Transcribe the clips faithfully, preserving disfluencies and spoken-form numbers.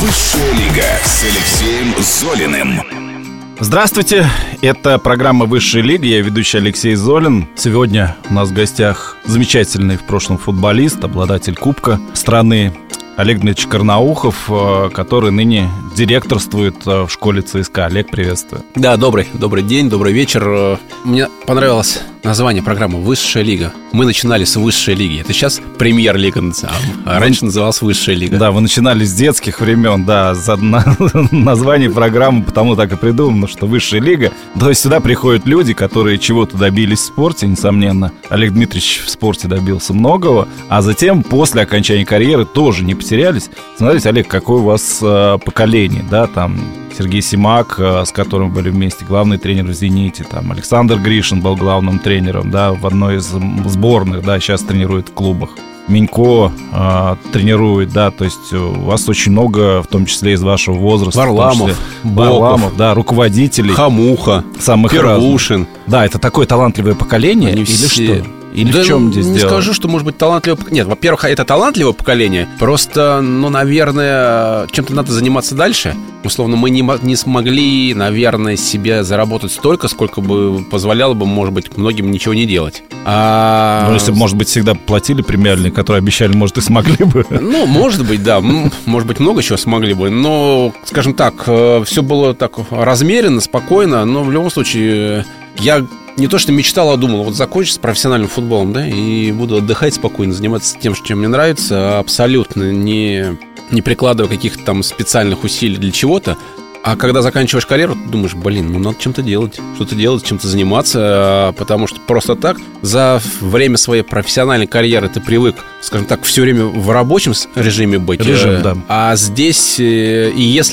Высшая лига с Алексеем Золиным. Здравствуйте, это программа «Высшая лига», я ведущий Алексей Золин. Сегодня у нас в гостях замечательный в прошлом футболист, обладатель Кубка страны Олег Дмитриевич Карнаухов, который ныне директорствует в школе ЦСКА. Олег, приветствую. Да, добрый, добрый день, добрый вечер. Мне понравилось название программы «Высшая лига». Мы начинали с высшей лиги. Это сейчас премьер-лига, а раньше называлась высшая лига. Да, вы начинали с детских времен, да, за название программы, потому так и придумано, что высшая лига. То есть сюда приходят люди, которые чего-то добились в спорте, несомненно. Олег Дмитриевич в спорте добился многого, а затем, после окончания карьеры, тоже не потерялись. Смотрите, Олег, какое у вас э, поколение, да, там Сергей Симак, э, с которым были вместе, главный тренер в «Зените», там Александр Гришин был главным тренером, да, в одной из сборных, да, сейчас тренирует в клубах. Минько э, тренирует, да, то есть у вас очень много, в том числе из вашего возраста. Варламов, Варламов, да, руководителей. Хамуха, самых Первушин. разных. Да, это такое талантливое поколение. Они или все... что? Или да в чем здесь не дело? скажу, что может быть талантливое. Нет, во-первых, это талантливое поколение. Просто, ну, наверное, чем-то надо заниматься дальше. Условно, мы не, не смогли, наверное, себе заработать столько, сколько бы позволяло бы, может быть, многим ничего не делать. А... Ну, если бы, может быть, всегда платили премиальные, которые обещали, может, и смогли бы. Ну, может быть, да. Может быть, много чего смогли бы. Но, скажем так, все было так размеренно, спокойно. Но в любом случае, я... не то, что мечтал, а думал, вот закончу с профессиональным футболом, да, и буду отдыхать спокойно, заниматься тем, чем мне нравится, абсолютно не, не прикладывая каких-то там специальных усилий для чего-то. А когда заканчиваешь карьеру, ты думаешь, блин, ну надо чем-то делать, что-то делать, чем-то заниматься, потому что просто так за время своей профессиональной карьеры ты привык, скажем так, все время в рабочем режиме быть. Режим, да. А здесь, и если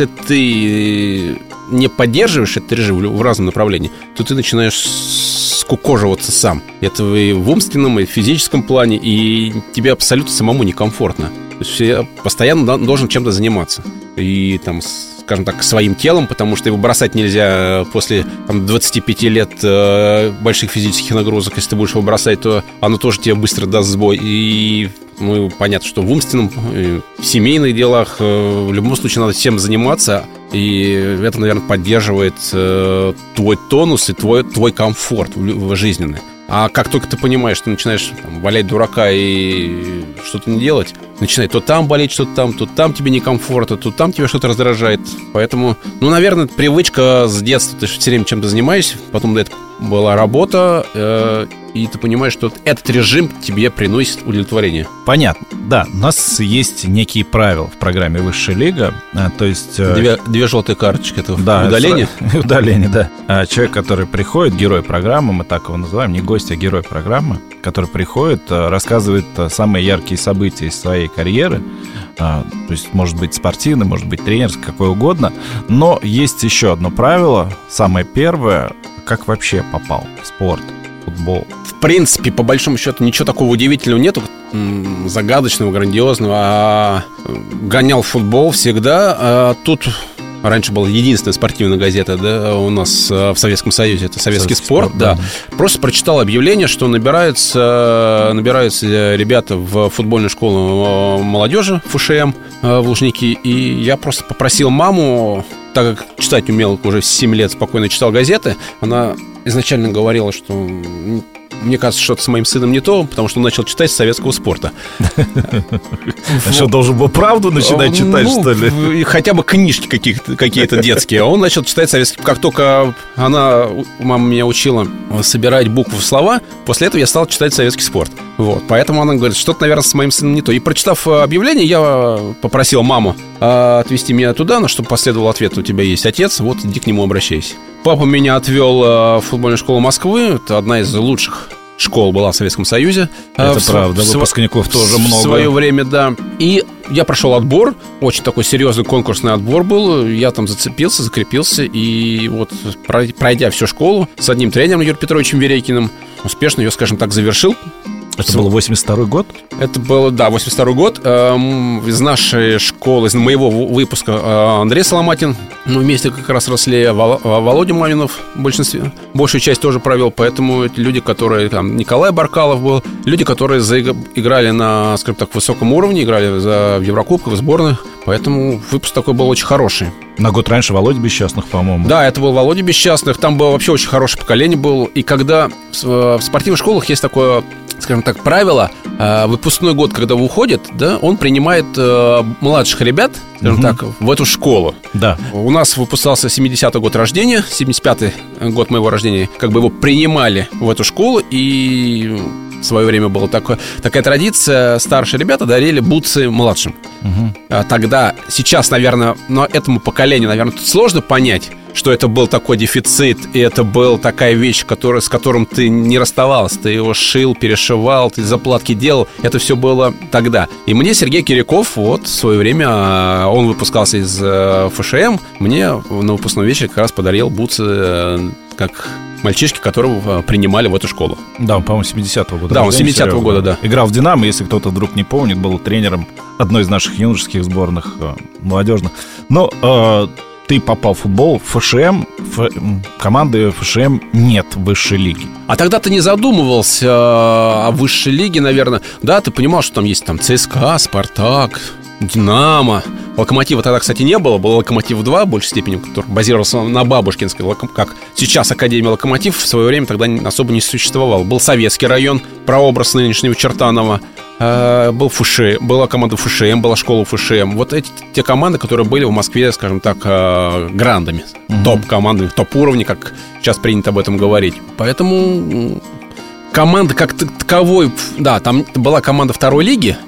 ты не поддерживаешь этот режим в разном направлении, то ты начинаешь скукоживаться сам. Это и в умственном, и в физическом плане, и тебе абсолютно самому некомфортно. То есть я постоянно должен чем-то заниматься. И там, скажем так, своим телом, потому что его бросать нельзя после там, двадцати пяти лет э, больших физических нагрузок. Если ты будешь его бросать, то оно тоже тебе быстро даст сбой. И ну, понятно, что в умственном, в семейных делах э, в любом случае надо всем заниматься. И это, наверное, поддерживает э, твой тонус и твой, твой комфорт в, в жизненный. А как только ты понимаешь, что начинаешь там, валять дурака и что-то не делать, начинает то там болеть, что-то там, то там тебе некомфортно, то там тебя что-то раздражает. Поэтому, ну, наверное, привычка с детства. Ты же все время чем-то занимаешься. Потом до этого была работа, э, и ты понимаешь, что этот режим тебе приносит удовлетворение. Понятно, да. У нас есть некие правила в программе «Высшая лига». а, То есть... Две, две желтые карточки, это да, удаление? Это, удаление, да. а, Человек, который приходит, герой программы, мы так его называем, не гость, а герой программы, который приходит, рассказывает самые яркие события из своей карьеры. а, То есть, может быть, спортивный, может быть, тренерский, какое угодно. Но есть еще одно правило, самое первое: как вообще попал в спорт, в футбол? В принципе, по большому счету, ничего такого удивительного нету, загадочного, грандиозного. А гонял футбол всегда. А тут раньше была единственная спортивная газета, да, у нас в Советском Союзе. Это «Советский, Советский спорт», спорт, да. да. Просто прочитал объявление, что набираются, набираются ребята в футбольную школу молодежи ФШМ в Лужники. И я просто попросил маму, так как читать умел уже в семь лет, спокойно читал газеты. Она изначально говорила, что мне кажется, что-то с моим сыном не то, потому что он начал читать с советского спорта. А что, должен был правду начинать читать, что ли? Хотя бы книжки какие-то детские. Он начал читать советский. Как только она, мама меня учила собирать буквы в слова, после этого я стал читать советский спорт. Вот, поэтому она говорит, что-то, наверное, с моим сыном не то. И прочитав объявление, я попросил маму отвезти меня туда, на что последовал ответ: у тебя есть отец, вот иди к нему обращайся. Папа меня отвел в футбольную школу Москвы. Это одна из лучших школ была в Советском Союзе. Это в, правда, в, выпускников тоже много. В свое время, да. И я прошел отбор, очень такой серьезный конкурсный отбор был. Я там зацепился, закрепился. И вот, пройдя всю школу с одним тренером, Юрием Петровичем Верейкиным, успешно ее, скажем так, завершил. Это был восемьдесят второй год? Это был, да, восемьдесят второй год. Из нашей школы, из моего выпуска Андрей Соломатин. Мы вместе как раз росли. Володя Маминов в большинстве, большую часть тоже провел. Поэтому это люди, которые, там, Николай Баркалов был. Люди, которые играли на, скажем так, высоком уровне. Играли за, в Еврокубках, в сборных. Поэтому выпуск такой был очень хороший. На год раньше Володя Бесчастных, по-моему. Да, это был Володя Бесчастных. Там было вообще очень хорошее поколение было. И когда в спортивных школах есть такое, скажем так, правило, выпускной год, когда уходит, да, он принимает младших ребят, скажем угу. так, в эту школу. Да. У нас выпускался семидесятый год рождения, семьдесят пятый год моего рождения. Как бы его принимали в эту школу, и в свое время была такое, такая традиция. Старшие ребята дарили бутсы младшим. Угу. Тогда, сейчас, наверное, но этому поколению, наверное, тут сложно понять, что это был такой дефицит, и это была такая вещь, которая, с которым ты не расставался. Ты его шил, перешивал, ты заплатки делал. Это все было тогда. И мне Сергей Киряков, вот, в свое время, он выпускался из эф эш эм, мне на выпускном вечере как раз подарил бутсы, как мальчишки, которого принимали в эту школу. Да, он, по-моему, семидесятого года. Да, он семидесятого года, да. Играл в «Динамо», если кто-то вдруг не помнит, был тренером одной из наших юношеских сборных, молодежных. Но э, ты попал в футбол, в эф эш эм, в, команды эф эш эм нет высшей лиги. А тогда ты не задумывался о высшей лиге, наверное. Да, ты понимал, что там есть там ЦСКА, Спартак, Динамо. Локомотива тогда, кстати, не было. Был Локомотив два, в большей степени, который базировался на Бабушкинской, как сейчас Академия Локомотив. В свое время тогда особо не существовал. Был Советский район, прообраз нынешнего Чертанова. Был эф эш эм, была команда эф эш эм, была школа эф эш эм. Вот эти те команды, которые были в Москве, скажем так, грандами, угу. топ-командами, топ-уровня, как сейчас принято об этом говорить. Поэтому команда как таковой, да, там была команда второй лиги,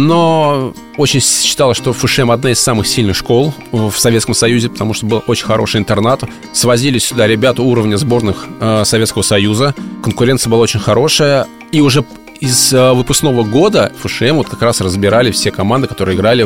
но очень считалось, что эф эш эм одна из самых сильных школ в Советском Союзе, потому что был очень хороший интернат. Свозили сюда ребята уровня сборных э, Советского Союза. Конкуренция была очень хорошая. И уже из э, выпускного года эф эш эм вот как раз разбирали все команды, которые играли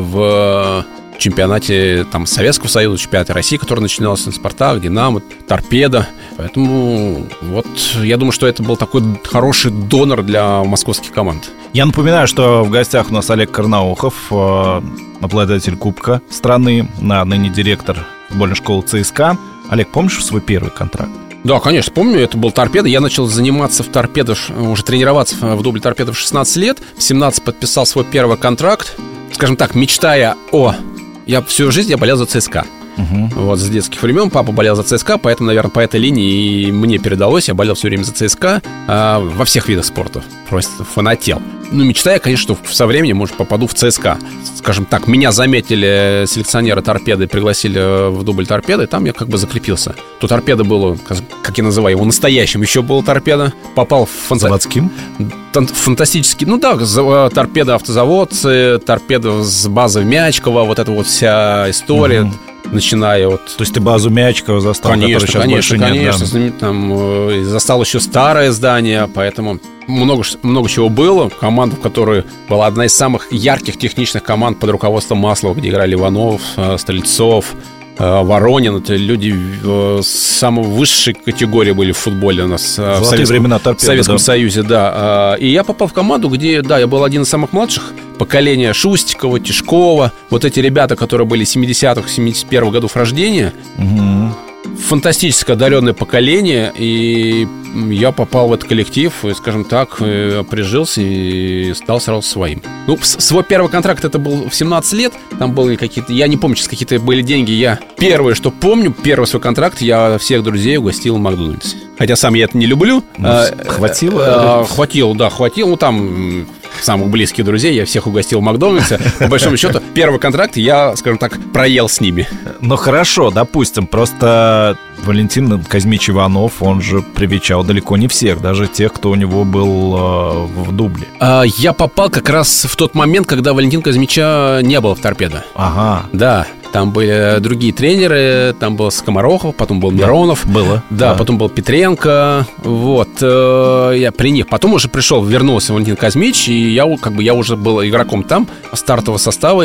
в э, чемпионате там, Советского Союза, чемпионате России, который начинался, Спартак, Динамо, Торпедо. Поэтому вот я думаю, что это был такой хороший донор для московских команд. Я напоминаю, что в гостях у нас Олег Карнаухов, э, обладатель Кубка страны, на ныне директор футбольной школы ЦСКА. Олег, помнишь свой первый контракт? Да, конечно, помню, это был «Торпедо». Я начал заниматься в «Торпедо», уже тренироваться в дубле «Торпедо» в шестнадцать лет. В семнадцать подписал свой первый контракт. Скажем так, мечтая о... Я всю жизнь я болел за ЦСКА. Uh-huh. Вот, с детских времен папа болел за ЦСКА, поэтому, наверное, по этой линии и мне передалось. Я болел все время за ЦСКА а, во всех видах спорта. Просто фанател. Ну, мечтая, конечно, что со временем, может, попаду в ЦСКА. Скажем так, меня заметили селекционеры «Торпеды», пригласили в дубль «Торпеды», и там я как бы закрепился. То «Торпедо» было, как я называю его, настоящим еще было «Торпедо». Попал в фанта... заводским? Фантастический, ну да, «Торпедо» автозавод, «Торпедо» с базы в Мячково, вот эта вот вся история. Uh-huh. Начиная от... То есть ты базу Мячкова застал, конечно, который сейчас конечно, больше конечно, нет, конечно. Там э, застал еще старое здание, поэтому много, много чего было. Команда, в которой была одна из самых ярких техничных команд под руководством Маслова, где играли Иванов, э, Стрельцов, э, Воронин. Это люди э, самой высшей категории были в футболе у нас э, в Советском, времена «Торпедо», в Советском да. Союзе, да. Э, и я попал в команду, где, да, я был один из самых младших. Поколение Шустикова, Тишкова. Вот эти ребята, которые были семидесятых, семьдесят первых годов рождения. Угу. Фантастически одаренное поколение. И я попал в этот коллектив и, скажем так, прижился и стал сразу своим. Ну, свой первый контракт это был в семнадцать лет. Там были какие-то, я не помню, сейчас какие-то были деньги. Я первое, что помню, первый свой контракт я всех друзей угостил в Макдональдсе. Хотя сам я это не люблю. Ну, а, хватило? А, хватило, да, хватило. Ну, там... самых близких друзей, я всех угостил в Макдональдсе. По большому счету, первый контракт я, скажем так, проел с ними. Ну хорошо, допустим, просто Валентин Казьмич Иванов, он же привечал далеко не всех, даже тех, кто у него был э, в дубле. а, Я попал как раз в тот момент, когда Валентина Казьмича не было в «Торпедо». Ага. Да. Там были другие тренеры, там был Скоморохов, потом был Миронов. Да, было. Да, да, потом был Петренко. Вот, э, я при них. Потом уже пришел, вернулся Валентин Казьмич, и я, как бы, я уже был игроком там, стартового состава,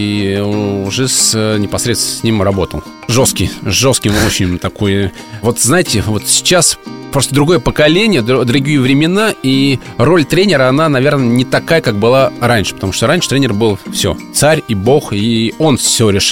и уже с, непосредственно с ним работал. Жесткий, жесткий очень такой. Вот знаете, вот сейчас... Просто другое поколение, другие времена, и роль тренера, она, наверное, не такая, как была раньше. Потому что раньше тренер был все, царь и бог, и он все решал.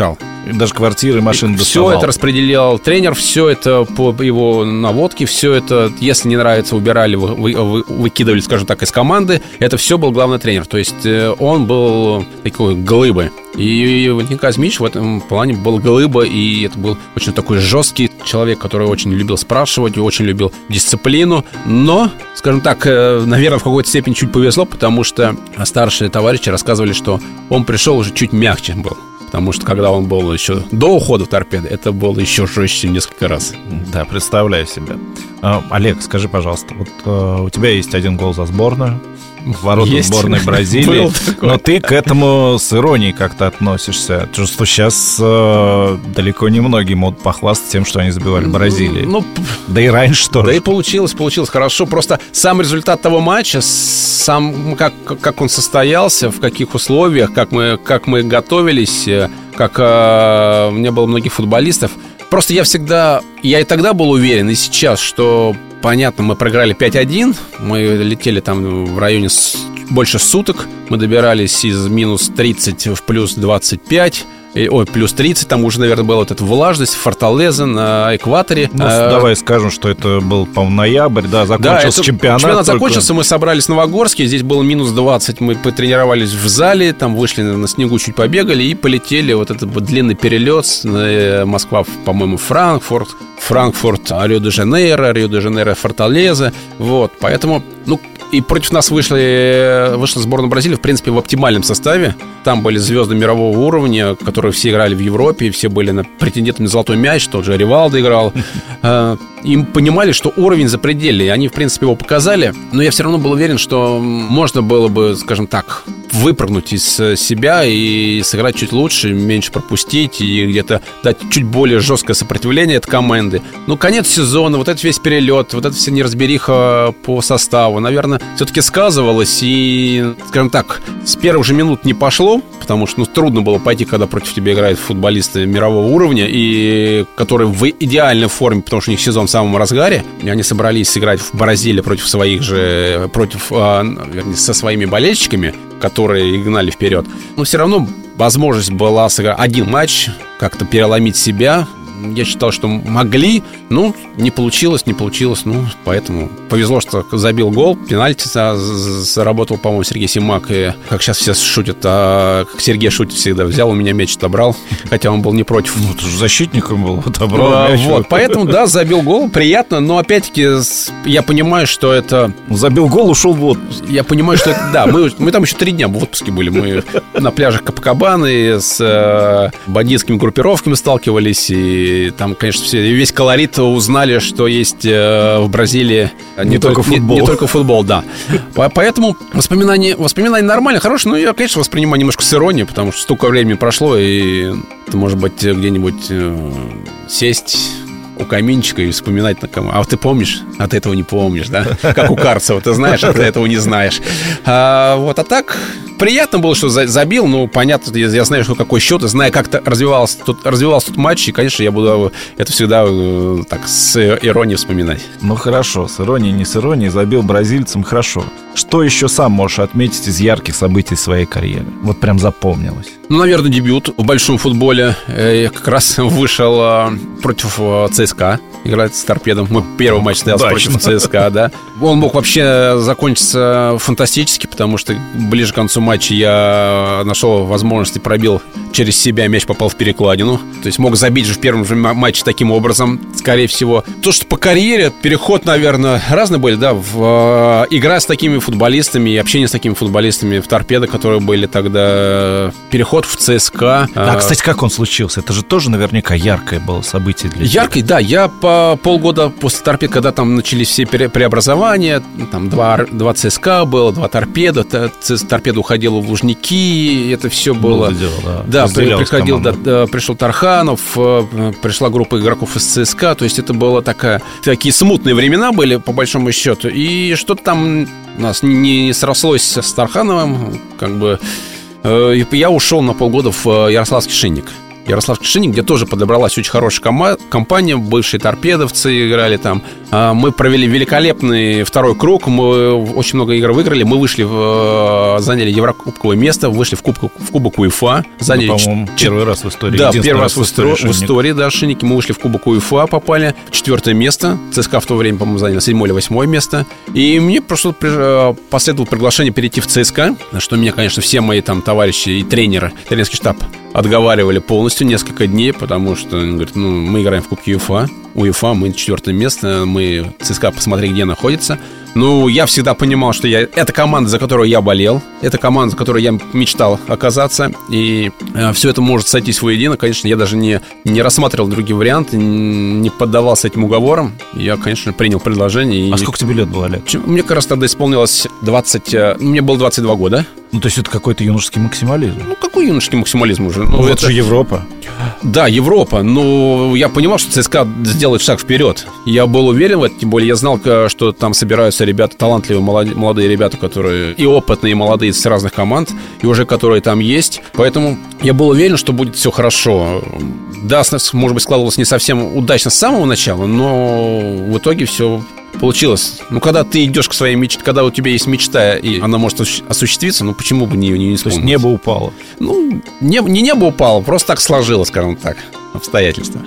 Даже квартиры, машины доставал. Все это распределял тренер, все это по его наводке, все это, если не нравится, убирали, вы, вы, выкидывали, скажем так, из команды. Это все был главный тренер. То есть он был такой глыбой. И Валентин Казмич в этом плане был глыба, и это был очень такой жесткий человек, который очень любил спрашивать, очень любил дисциплину. Но, скажем так, наверное, в какой-то степени чуть повезло, потому что старшие товарищи рассказывали, что он пришел уже чуть мягче был. Потому что когда он был еще до ухода в торпедо, это было еще жестче несколько раз. Да, представляю себе. а, Олег, скажи, пожалуйста, вот а, у тебя есть один гол за сборную, ворота есть. Сборной Бразилии, но ты к этому с иронией как-то относишься. Что сейчас э, далеко не многие могут похвастаться тем, что они забивали в Бразилии. Ну, да и раньше тоже. Да и получилось, получилось хорошо. Просто сам результат того матча, сам как, как он состоялся, в каких условиях, как мы, как мы готовились, как э, у меня было многих футболистов. Просто я всегда, я и тогда был уверен, и сейчас, что, понятно, мы проиграли пять один, мы летели там в районе с, больше суток, мы добирались из минус тридцать в плюс двадцать пять, и, ой, плюс тридцать, там уже, наверное, была вот эта влажность, Форталеза на экваторе. Ну, а, давай скажем, что это был, по-моему, ноябрь, да, закончился да, чемпионат. Чемпионат только... закончился, мы собрались в Новогорске, здесь было минус двадцать, мы потренировались в зале, там вышли на снегу, чуть побегали и полетели, вот этот вот длинный перелет, Москва, по-моему, Франкфурт, Франкфурт, Рио-де-Жанейро, Рио-де-Жанейро, Форталеза, вот, поэтому, ну, и против нас вышли, вышла сборная Бразилии, в принципе, в оптимальном составе. Там были звезды мирового уровня, которые все играли в Европе, все были на претендентами на золотой мяч, тот же Ривалдо играл. Им понимали, что уровень запредельный, они, в принципе, его показали. Но я все равно был уверен, что можно было бы, скажем так, выпрыгнуть из себя и сыграть чуть лучше, меньше пропустить и где-то дать чуть более жесткое сопротивление от команды. Ну, конец сезона, вот этот весь перелет, вот эта вся неразбериха по составу, наверное, все-таки сказывалось. И, скажем так, с первых же минут не пошло, потому что, ну, трудно было пойти, когда против тебя играют футболисты мирового уровня, и которые в идеальной форме, потому что у них сезон в самом разгаре, и они собрались сыграть в Бразилии против своих же, против, вернее, со своими болельщиками, которые гнали вперед. Но все равно возможность была сыграть один матч, как-то переломить себя. Я считал, что могли, ну, не получилось, не получилось, ну, поэтому повезло, что забил гол, пенальти заработал, по-моему, Сергей Симак, и, как сейчас все шутят, а как Сергей шутит всегда, взял у меня мяч, отобрал, хотя он был не против. Ну, это же защитником был, отобрал а, мяч. Вот, поэтому, да, забил гол, приятно, но, опять-таки, я понимаю, что это... Забил гол, ушел в отпуск. Я понимаю, что это, да, мы, мы там еще три дня в отпуске были, мы на пляжах Копакабаны с э, бандитскими группировками сталкивались, и И там, конечно, все, весь колорит узнали, что есть э, в Бразилии не, не только футбол. Не, не только футбол, да. Поэтому воспоминания, воспоминания нормальные, хорошие, но я, конечно, воспринимаю немножко с иронией, потому что столько времени прошло, и ты, может быть, где-нибудь э, сесть у каминчика и вспоминать на кому. А вот ты помнишь? А ты этого не помнишь, да? Как у Карцева, ты знаешь, а ты этого не знаешь. А, вот, а так приятно было, что забил. Ну, понятно, я, я знаю, что какой счет, и знаю, как развивался тут, развивался тут матч. И, конечно, я буду это всегда э, так с иронией вспоминать. Ну, хорошо, с иронией, не с иронией. Забил бразильцам, хорошо. Что еще сам можешь отметить из ярких событий своей карьеры? Вот прям запомнилось. Ну, наверное, дебют в большом футболе. Я как раз вышел против ЦСКА играть с «Торпедом». Мой первый матч состоялся против ЦСКА, да. Он мог вообще закончиться фантастически, потому что ближе к концу матча я нашел возможность и пробил через себя, мяч попал в перекладину. То есть мог забить же в первом же матче таким образом, скорее всего. То, что по карьере, переход, наверное, разные были, да. В, игра с такими футболистами и общение с такими футболистами в «Торпедо», которые были тогда, переход в ЦСКА. А, кстати, как он случился? Это же тоже наверняка яркое было событие для тебя. Яркое, да. Я по полгода после «Торпедо», когда там начались все преобразования, там два, два ЦСКА было, два «Торпедо», «Торпедо» уходило в Лужники, это все было. Дело, да, да приходил, да, пришел Тарханов, пришла группа игроков из ЦСКА, то есть это было такая, такие смутные времена были, по большому счету, и что-то там у нас не срослось с Тархановым, как бы. Я ушел на полгода в Ярославский «Шинник». Ярославский «Шинник», где тоже подобралась очень хорошая кома- компания, бывшие торпедовцы играли там. Мы провели великолепный второй круг. Мы очень много игр выиграли. Мы вышли в... заняли еврокубковое место, вышли в кубок, в кубок УЕФА. Заняли, ну, по-моему, ч... первый раз в истории. Да, первый раз в истории, в истории, да, Шинники. Мы вышли в кубок УЕФА, попали в четвертое место. ЦСКА в то время, по-моему, заняли седьмое или восьмое место. И мне просто последовало приглашение перейти в ЦСКА, на что меня, конечно, все мои там товарищи и тренеры, тренерский штаб отговаривали полностью несколько дней, потому что, говорят, ну, мы играем в Кубке УЕФА, УЕФА, мы четвертое место, мы ЦСКА, посмотри, где находится. Ну, я всегда понимал, что я... это команда, за которую я болел, это команда, за которой я мечтал оказаться, и э, все это может сойтись воедино. Конечно, я даже не, не рассматривал другие варианты, не поддавался этим уговорам. Я, конечно, принял предложение. А и... сколько тебе лет было, Олег? Мне как раз тогда исполнилось двадцать... Мне было двадцать два года. Ну, то есть это какой-то юношеский максимализм? Ну, какой юношеский максимализм уже? Ну, ну вот это же Европа. Да, Европа. Но я понимал, что ЦСКА сделает шаг вперед. Я был уверен в этом, тем более я знал, что там собираются ребята, талантливые, молодые ребята, которые и опытные, и молодые с разных команд, и уже которые там есть. Поэтому я был уверен, что будет все хорошо. Да, может быть, складывалось не совсем удачно с самого начала, но в итоге все получилось. Ну, когда ты идешь к своей мечте, когда у тебя есть мечта, и она может осуществиться, ну, почему бы не, не исполнить? То есть небо упало? Ну, не, не небо упало, просто так сложилось, скажем так, обстоятельства.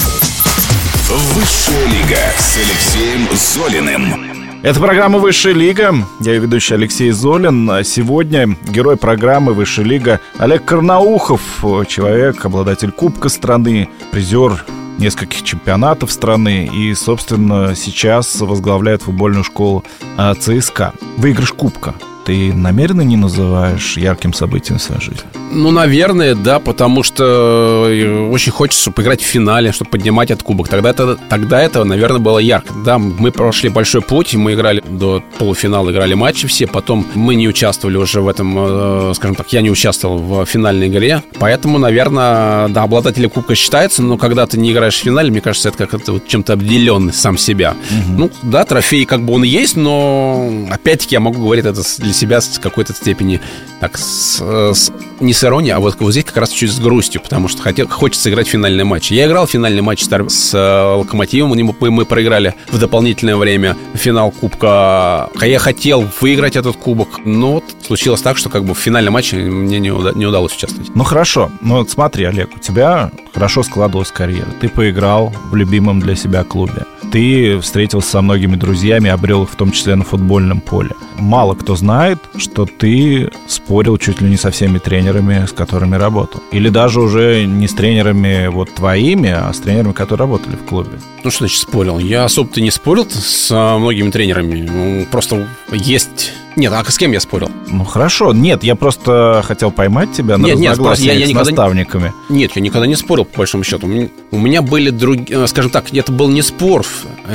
Высшая лига с Алексеем Золиным. Это программа «Высшая лига». Я ее ведущий Алексей Золин. А сегодня герой программы «Высшая лига» Олег Карнаухов. Человек, обладатель Кубка страны, призер нескольких чемпионатов страны и, собственно, сейчас возглавляет футбольную школу ЦСКА. Выигрыш Кубка ты намеренно не называешь ярким событием в своей жизни? Ну, наверное, да, потому что очень хочется, чтобы играть в финале, чтобы поднимать этот кубок. Тогда это, тогда это, наверное, было ярко. Да, мы прошли большой путь, мы играли до полуфинала, играли матчи все, потом мы не участвовали уже в этом, скажем так, я не участвовал в финальной игре, поэтому, наверное, да, обладателем кубка считается, но когда ты не играешь в финале, мне кажется, это как-то вот чем-то обделенный сам себя. Угу. Ну, да, трофей как бы он и есть, но опять-таки я могу говорить это для себя с какой-то степени так, с, с, не с иронией, а вот, вот здесь как раз чуть с грустью, потому что хотел, хочется играть в финальный матч. Я играл в финальный матч с, с Локомотивом, мы, мы проиграли в дополнительное время финал Кубка. Я хотел выиграть этот кубок, но вот случилось так, что как бы в финальном матче мне не, уда- не удалось участвовать. Ну хорошо, ну вот смотри, Олег, у тебя хорошо складывалась карьера. Ты поиграл в любимом для себя клубе. Ты встретился со многими друзьями, обрел их в том числе на футбольном поле. Мало кто знает, что ты спорил чуть ли не со всеми тренерами, с которыми работал. Или даже уже не с тренерами вот твоими, а с тренерами, которые работали в клубе. Ну, что значит спорил? Я особо-то не спорил с многими тренерами. Ну, просто есть... Нет, а с кем я спорил? Ну, хорошо. Нет, я просто хотел поймать тебя на нет, разногласия нет, я, я с никогда... наставниками. Нет, я никогда не спорил, по большому счету. У меня были другие... Скажем так, это был не спор.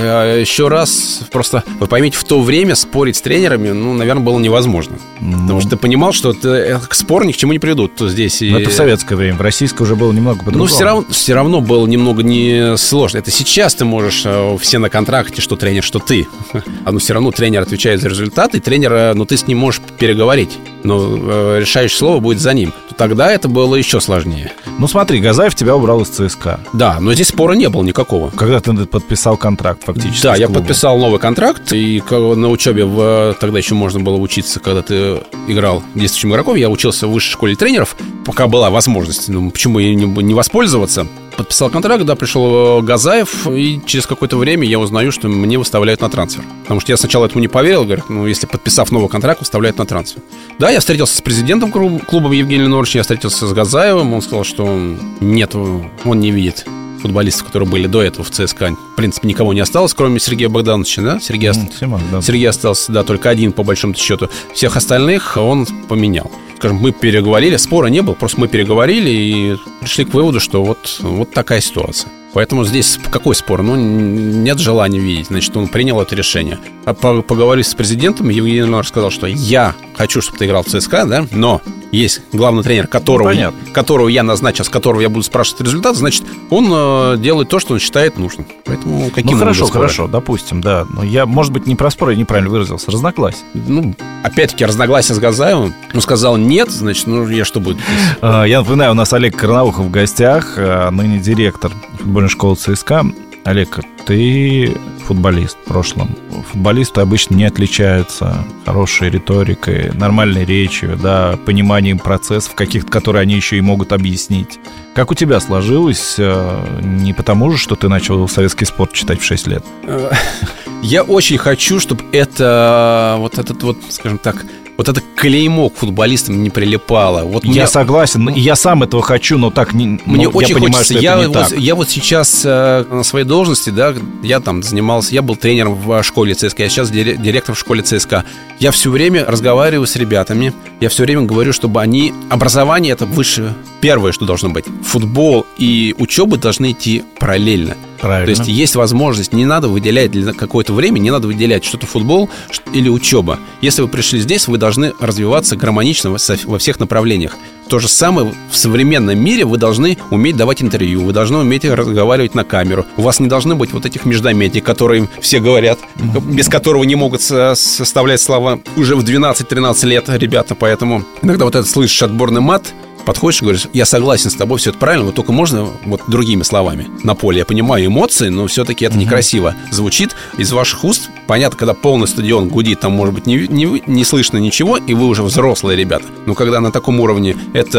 Еще раз, просто вы поймите, в то время спорить с тренерами, ну, наверное, было невозможно. Ну... Потому что ты понимал, что это, спор ни к чему не приведут. То здесь и... Но это в советское время. В российское уже было немного по-другому. Ну, все равно, все равно было немного не сложно. Это сейчас ты можешь все на контракте, что тренер, что ты. А ну, все равно тренер отвечает за результаты, и тренер, ну, ты с ним можешь переговорить, но э, решающее слово будет за ним. То тогда это было еще сложнее. Ну смотри, Газаев тебя убрал из ЦСКА. Да, но здесь спора не было никакого. Когда ты подписал контракт фактически? Да, я подписал новый контракт. И на учебе, в, тогда еще можно было учиться, когда ты играл действующим игроком. Я учился в высшей школе тренеров, пока была возможность. Ну, почему и не, не воспользоваться? Подписал контракт, да, пришел Газаев, и через какое-то время я узнаю, что мне выставляют на трансфер. Потому что я сначала этому не поверил, говорят, ну, если подписав новый контракт, выставляют на трансфер. Да, я встретился с президентом клуба Евгением Леноровичем, я встретился с Газаевым, он сказал, что нет, он не видит футболистов, которые были до этого в ЦСКА. В принципе, никого не осталось, кроме Сергея Богдановича, да? Сергей, mm, ост... Симак, да. Сергей остался, да, только один по большому счету. Всех остальных он поменял. Скажем, мы переговорили, спора не было, просто мы переговорили и пришли к выводу, что вот, вот такая ситуация. Поэтому здесь какой спор? Ну, нет желания видеть. Значит, он принял это решение. А поговорив с президентом, Евгений Ленорович сказал, что я хочу, чтобы ты играл в ЦСКА, да, но есть главный тренер, которого, ну, которого я назначил, с которого я буду спрашивать результат, значит, он э, делает то, что он считает нужным. Поэтому каким ну, хорошо, хорошо, допустим, да. Но я, может быть, не про спор, я неправильно выразился. Разногласия. Ну, опять-таки, разногласия с Газаевым. Он сказал нет, значит, ну, я что буду? Я напоминаю, у нас Олег Карнаухов в гостях, ныне директор футбольной школы ЦСКА. Олег, ты футболист в прошлом. Футболисты обычно не отличаются хорошей риторикой, нормальной речью, да, пониманием процессов каких-то, которые они еще и могут объяснить. Как у тебя сложилось? Не потому же, что ты начал советский спорт читать в шесть лет? Я очень хочу, чтобы это, вот этот вот, скажем так, вот это клеймо к футболистам не прилипало. Вот я мне... согласен, я сам этого хочу, но так не. Мне я очень понимаю, хочется. что Я, это не вот, так. я вот сейчас э, на своей должности, да, я там занимался, я был тренером в школе ЦСКА, я сейчас директор в школе ЦСКА. Я все время разговариваю с ребятами, я все время говорю, чтобы они... Образование — это выше, первое, что должно быть. Футбол и учеба должны идти параллельно. Правильно. То есть есть возможность, не надо выделять для какое-то время, не надо выделять что-то футбол или учеба. Если вы пришли здесь, вы должны развиваться гармонично во всех направлениях. То же самое в современном мире вы должны уметь давать интервью, вы должны уметь разговаривать на камеру. У вас не должны быть вот этих междометий, которые все говорят, без которого не могут составлять слова уже в двенадцать-тринадцать лет ребята. Поэтому иногда вот это слышишь отборный мат, подходишь и говоришь: я согласен с тобой, все это правильно, вот только можно вот другими словами на поле. Я понимаю эмоции, но все-таки это некрасиво звучит из ваших уст. Понятно, когда полный стадион гудит, там, может быть, не, не, не слышно ничего, и вы уже взрослые ребята. Но когда на таком уровне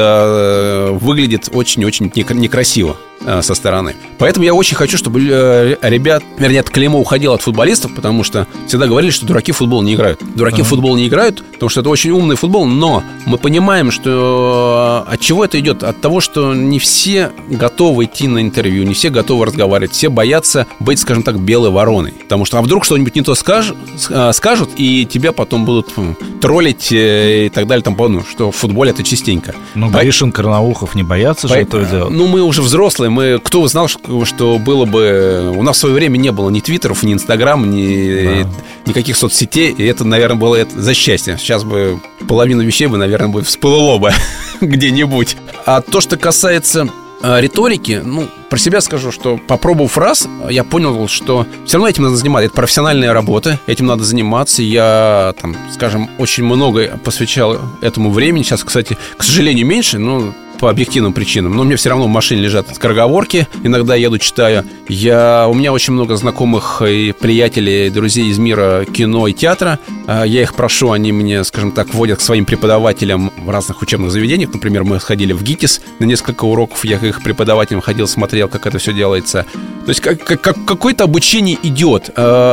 это э, выглядит очень-очень некрасиво э, со стороны. Поэтому я очень хочу, чтобы э, ребят, вернее, это клеймо уходило от футболистов, потому что всегда говорили, что дураки в футбол не играют. Дураки uh-huh. в футбол не играют, потому что это очень умный футбол, но мы понимаем, что от чего это идет? От того, что не все готовы идти на интервью, не все готовы разговаривать, все боятся быть, скажем так, белой вороной. Потому что, а вдруг что-нибудь не то скажут, скажут, и тебя потом будут троллить и так далее, там, ну, что в футболе это частенько. Ну, Гришин, Карнаухов не боятся По... же этого делать? Ну, мы уже взрослые, мы... Кто знал, что было бы... У нас в свое время не было ни твиттеров, ни инстаграм, ни... да. никаких соцсетей, и это, наверное, было это за счастье. Сейчас бы половину вещей бы, наверное, бы всплыло бы где-нибудь. А то, что касается э, риторики, ну, про себя скажу, что, попробовав раз, я понял, что все равно этим надо заниматься. Это профессиональная работа, этим надо заниматься. Я, там, скажем, очень много посвящал этому времени. Сейчас, кстати, к сожалению, меньше, но по объективным причинам. Но у меня все равно в машине лежат скороговорки. Иногда еду, читаю. Я, у меня очень много знакомых и приятелей, и друзей из мира кино и театра. Я их прошу, они мне, скажем так, вводят к своим преподавателям в разных учебных заведениях. Например, мы сходили в ГИТИС на несколько уроков. Я к их преподавателям ходил, смотрел, как это все делается. То есть как, как, какое-то обучение идет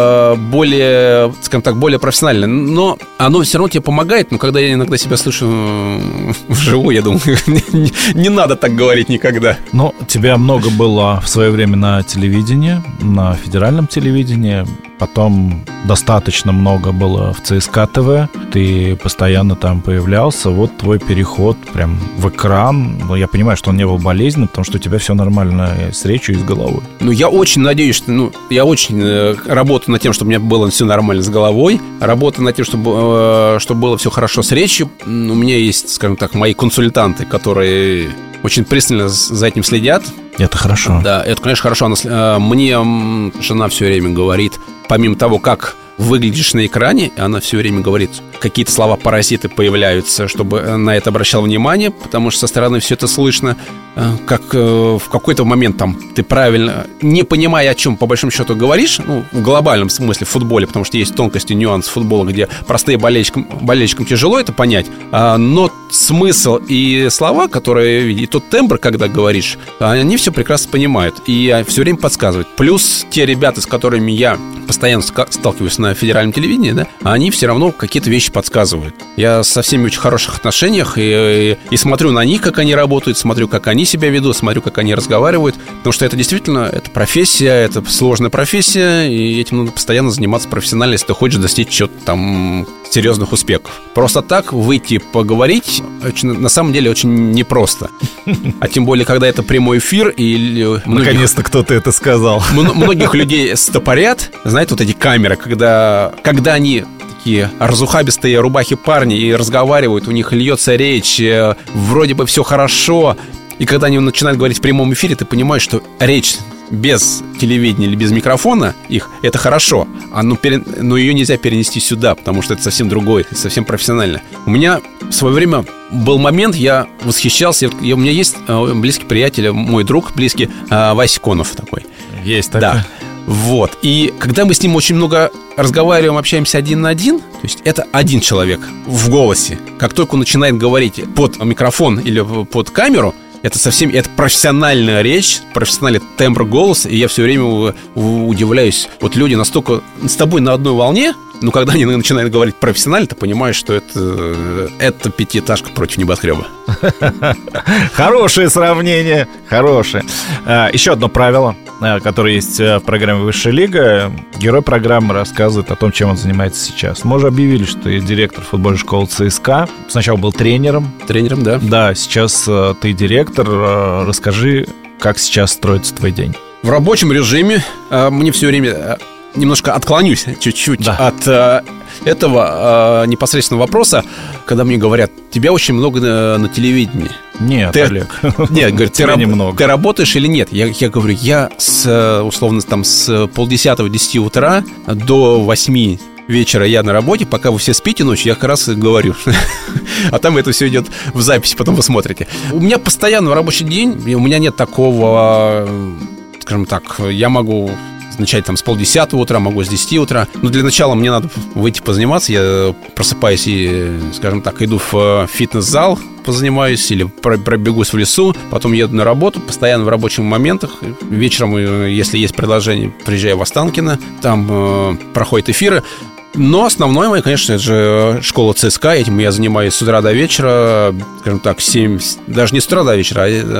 более, скажем так, более профессионально. Но оно все равно тебе помогает. Но когда я иногда себя слышу вживую, я думаю, не надо так говорить никогда. Ну, тебя много было в свое время на телевидении, на федеральном телевидении. Потом достаточно много было в ЦСКА ТВ. Ты постоянно там появлялся. Вот твой переход прям в экран. Но я понимаю, что он не был болезненным, потому что у тебя все нормально с речью и с головой. Ну, я очень надеюсь, что... Ну, я очень э, работаю над тем, чтобы у меня было все нормально с головой. Работаю над тем, чтобы, э, чтобы было все хорошо с речью. У меня есть, скажем так, мои консультанты, которые очень пристально за этим следят. Это хорошо. Да, это, конечно, хорошо. Она, мне жена все время говорит, помимо того, как выглядишь на экране, она все время говорит, какие-то слова-паразиты появляются, чтобы на это обращал внимание, потому что со стороны все это слышно. Как в какой-то момент там ты правильно, не понимая, о чем по большому счету говоришь, ну, в глобальном смысле в футболе, потому что есть тонкости, нюансы футбола, где простые болельщикам, болельщикам тяжело это понять, но смысл и слова, которые, и тот тембр, когда говоришь, они все прекрасно понимают и все время подсказывают. Плюс те ребята, с которыми я постоянно сталкиваюсь на федеральном телевидении, да, они все равно какие-то вещи подсказывают. Я со всеми в очень хороших отношениях и, и, и смотрю на них, как они работают, смотрю, как они себя ведут, смотрю, как они разговаривают, потому что это действительно, это профессия, это сложная профессия, и этим надо постоянно заниматься профессионально, если ты хочешь достичь чего-то там серьезных успехов. Просто так выйти поговорить очень, на самом деле очень непросто. А тем более, когда это прямой эфир и многих, наконец-то кто-то это сказал. Многих людей стопорят, знаете, вот эти камеры, когда, когда они такие разухабистые рубахи парни и разговаривают, у них льется речь, вроде бы все хорошо. И когда они начинают говорить в прямом эфире, ты понимаешь, что речь без телевидения или без микрофона их, это хорошо, а ну, пере... но ее нельзя перенести сюда, потому что это совсем другое, совсем профессионально. У меня в свое время был момент, я восхищался, я, у меня есть близкий приятель, мой друг близкий, Вася Конов такой. Есть такой. Да. Вот. И когда мы с ним очень много разговариваем, общаемся один на один, то есть это один человек в голосе. Как только он начинает говорить под микрофон или под камеру, это совсем, это профессиональная речь, профессиональный тембр голоса. И я все время удивляюсь. Вот люди настолько с тобой на одной волне, но когда они начинают говорить профессионально, ты понимаешь, что это, это пятиэтажка против небоскреба. Хорошее сравнение, хорошее. Еще одно правило, которое есть в программе «Высшая лига». Герой программы рассказывает о том, чем он занимается сейчас. Мы уже объявили, что ты директор футбольной школы ЦСКА. Сначала был тренером. Тренером, да. Да, сейчас ты директор. Расскажи, как сейчас строится твой день. В рабочем режиме мне все время... Немножко отклонюсь чуть-чуть да. от э, этого э, непосредственного вопроса, когда мне говорят, тебя очень много на, на телевидении. Нет, ты, Олег. Нет, говорят, ты, раб, немного. ты работаешь или нет? Я, я говорю, я с, условно там с полдесятого десяти утра до восьми вечера я на работе, пока вы все спите ночью, я как раз говорю. А там это все идет в записи, потом вы смотрите. У меня постоянно рабочий день, и у меня нет такого, скажем так, я могу... начать там с полдесятого утра, могу с десяти утра. Но для начала мне надо выйти позаниматься. Я просыпаюсь и, скажем так, иду в фитнес-зал, позанимаюсь или пробегусь в лесу. Потом еду на работу, постоянно в рабочих моментах. Вечером, если есть предложение, приезжаю в Останкино. Там э, проходят эфиры. Но основное мое, конечно, это же школа ЦСКА. Этим я занимаюсь с утра до вечера. Скажем так, семь, даже не с утра до вечера,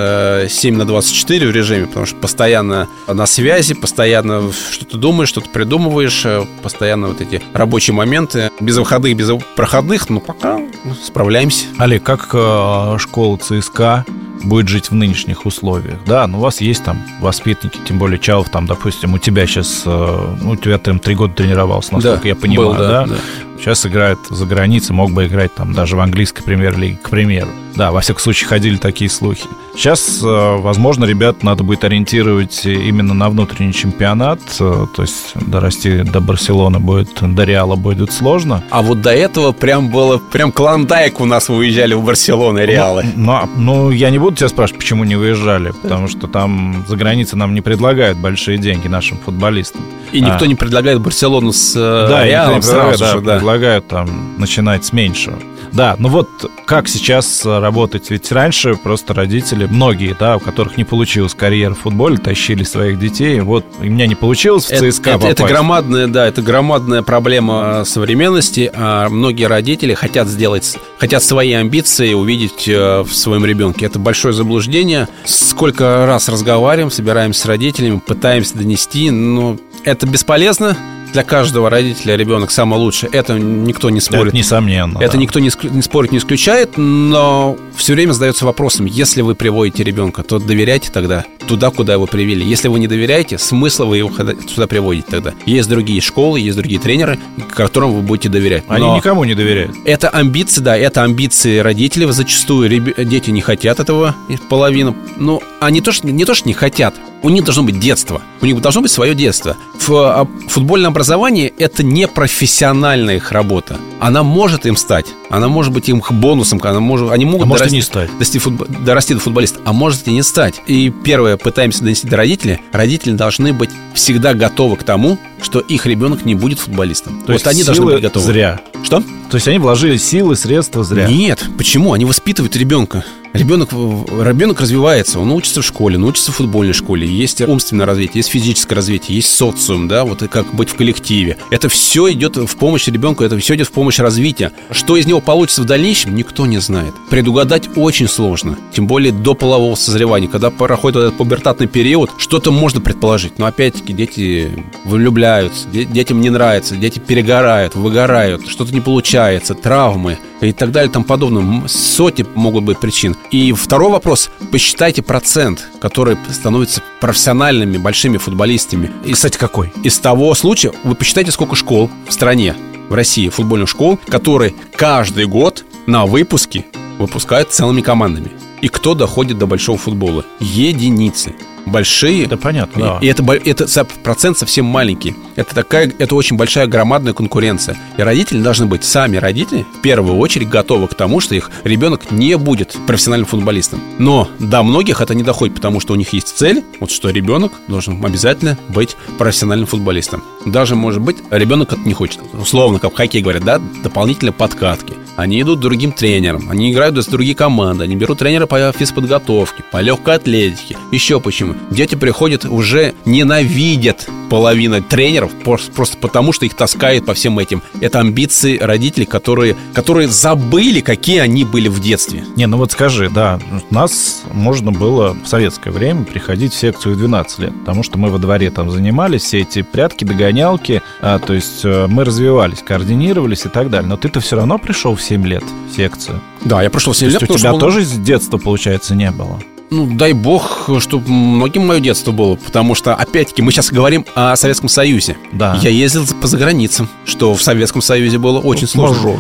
а семь на двадцать четыре в режиме. Потому что постоянно на связи, постоянно что-то думаешь, что-то придумываешь. Постоянно вот эти рабочие моменты. Без выходных, без проходных. Но пока справляемся. Олег, как э, школа ЦСКА будет жить в нынешних условиях? Да, ну у вас есть там воспитанники, тем более Чалов, там, допустим, у тебя сейчас, э, ну, у тебя там три года тренировался, насколько да, я понимаю, был, да, да? да? Сейчас играет за границей, мог бы играть там даже в английской премьер-лиге, к примеру. Да, во всяком случае, ходили такие слухи. Сейчас, возможно, ребят надо будет ориентировать именно на внутренний чемпионат. То есть дорасти до Барселоны будет, до Реала будет сложно. А вот до этого прям было, прям клондайк у нас выезжали в Барселону и Реалы. Ну, ну, я не буду тебя спрашивать, почему не выезжали. Потому что там за границей нам не предлагают большие деньги нашим футболистам. И никто а. не предлагает Барселону с да, Реалом сразу да, же, да. предлагают там начинать с меньшего. Да, ну вот как сейчас работать? Ведь раньше просто родители, многие, да, у которых не получилась карьера в футболе, тащили своих детей. Вот у меня не получилось в это, ЦСКА это, попасть. Это громадная, да, это громадная проблема современности. А многие родители хотят сделать, хотят свои амбиции увидеть в своем ребенке. Это большое заблуждение. Сколько раз разговариваем, собираемся с родителями, пытаемся донести, но это бесполезно. Для каждого родителя ребенок самый лучший. Это никто не спорит. Это несомненно. Это да. никто не, не спорит, не исключает. Но все время задается вопросом: если вы приводите ребенка, то доверяйте тогда туда, куда его привели. Если вы не доверяете, смысла вы его сюда приводите тогда. Есть другие школы, есть другие тренеры, которым вы будете доверять. Они но никому не доверяют. Это амбиции, да, это амбиции родителей. Зачастую реб... дети не хотят этого, половину. Ну, они то, что, не то, что не хотят. У них должно быть детство. У них должно быть свое детство. В футбольном образовании это не профессиональная их работа. Она может им стать. Она может быть им бонусом. Она может, они могут а может дорасти, и не стать. Дорасти, футбол, дорасти до футболиста. А может и не стать. И первое, пытаемся донести до родителей. Родители должны быть всегда готовы к тому, что их ребенок не будет футболистом. То вот есть они должны быть готовы. Зря. Что? То есть они вложили силы, средства зря. Нет, почему? Они воспитывают ребенка. Ребенок, ребенок развивается, он учится в школе, он учится в футбольной школе. Есть умственное развитие, есть физическое развитие, есть социум, да, вот как быть в коллективе. Это все идет в помощь ребенку, это все идет в помощь развития. Что из него получится в дальнейшем, никто не знает. Предугадать очень сложно, тем более до полового созревания. Когда проходит этот пубертатный период, что-то можно предположить. Но опять-таки дети влюбляются, детям не нравится, дети перегорают, выгорают, что-то не получается, травмы и так далее и тому подобное. Сотни могут быть причин. И второй вопрос. Посчитайте процент, который становится профессиональными, большими футболистами. И, кстати, какой? Из того случая вы посчитайте, сколько школ в стране, в России, футбольных школ, которые каждый год на выпуске выпускают целыми командами. И кто доходит до большого футбола? Единицы. Большие. Это понятно, И, да. и это, это процент совсем маленький. Это такая, это очень большая громадная конкуренция. И родители должны быть, сами родители, в первую очередь готовы к тому, что их ребенок не будет профессиональным футболистом. Но до многих это не доходит, потому что у них есть цель, вот что ребенок должен обязательно быть профессиональным футболистом. Даже, может быть, ребенок это не хочет. Условно, как в хоккее говорят, да, дополнительные подкатки. Они идут к другим тренерам, они играют с другие команды, они берут тренера по физподготовке, по легкой атлетике. Еще почему? Дети приходят, уже ненавидят половина тренеров просто потому, что их таскает по всем этим. Это амбиции родителей, которые, которые забыли, какие они были в детстве. Не, ну вот скажи, да, у нас можно было в советское время приходить в секцию в двенадцать лет, потому что мы во дворе там занимались, все эти прятки, догонялки, а, то есть мы развивались, координировались и так далее. Но ты-то все равно пришел в семь лет в секцию. Да, я пришел в семь лет. То есть у тебя тоже с детства, получается, не было? Ну, дай бог, чтобы многим мое детство было. Потому что, опять-таки, мы сейчас говорим о Советском Союзе. Да. Я ездил по заграницам, что в Советском Союзе было очень сложно.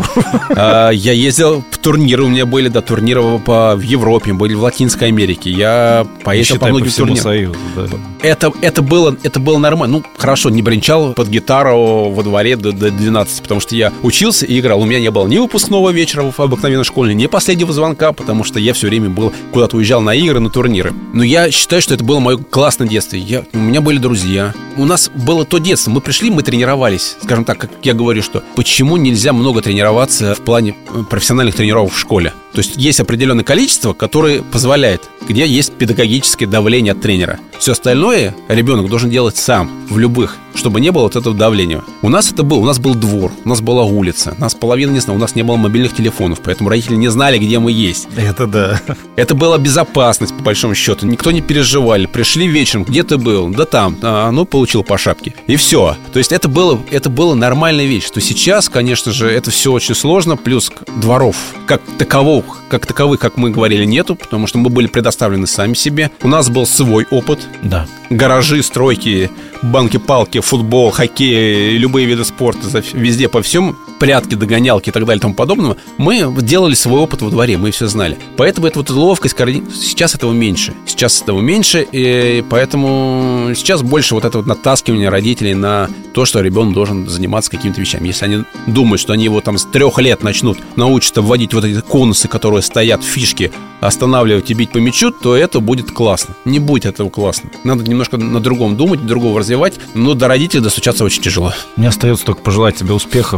Я ездил в турниры, у меня были, да, турниры по, в Европе, были в Латинской Америке. Я поездил по многим турнирам. Союзу, да. это, это, было, это было нормально. Ну, хорошо, не бренчал под гитару во дворе до, до двенадцати, потому что я учился и играл. У меня не было ни выпускного вечера в обыкновенной школе, ни последнего звонка, потому что я все время был, куда-то уезжал на игры, на турниры. Но я считаю, что это было мое классное детство. я, У меня были друзья. У нас было то детство. Мы пришли, мы тренировались. Скажем так, как я говорю, что почему нельзя много тренироваться в плане профессиональных тренировок в школе? То есть есть определенное количество, которое позволяет, где есть педагогическое давление от тренера. Все остальное ребенок должен делать сам, в любых, чтобы не было вот этого давления. У нас это было, у нас был двор, у нас была улица, у нас половина не знала, у нас не было мобильных телефонов, поэтому родители не знали, где мы есть. Это да. Это была безопасность, по большому счету. Никто не переживали. Пришли вечером, где ты был? Да там. А, ну, получил по шапке. И все. То есть это было, это было нормальная вещь. Что сейчас, конечно же, это все очень сложно. Плюс дворов как таковых, как таковых, как мы говорили, нету, потому что мы были предоставлены сами себе. У нас был свой опыт. Да. Гаражи, стройки, банки-палки, футбол, хоккей, любые виды спорта, везде по всем, прятки, догонялки и так далее и тому подобного. Мы делали свой опыт во дворе, мы все знали. Поэтому это вот ловкость, сейчас этого меньше. Сейчас этого меньше, и поэтому сейчас больше вот это вот натаскивание родителей на то, что ребенок должен заниматься какими-то вещами. Если они думают, что они его там с трех лет начнут научиться вводить вот эти конусы, которые стоят, фишки, останавливать и бить по мячу, то это будет классно. Не будет этого классно. Надо немножко на другом думать, другого развивать, но до родителей достучаться очень тяжело. Мне остается только пожелать тебе успехов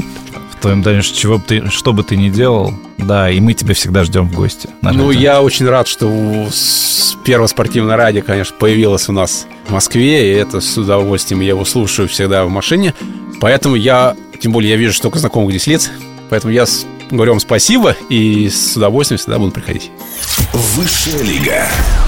в твоем дальнейшем, чего бы ты, что бы ты ни делал. Да, и мы тебя всегда ждем в гости. Ну, я очень рад, что первое спортивное радио, конечно, появилось у нас в Москве, и это с удовольствием я его слушаю всегда в машине. Поэтому я, тем более я вижу столько знакомых здесь лиц, поэтому я говорю вам спасибо и с удовольствием всегда буду приходить. Высшая лига.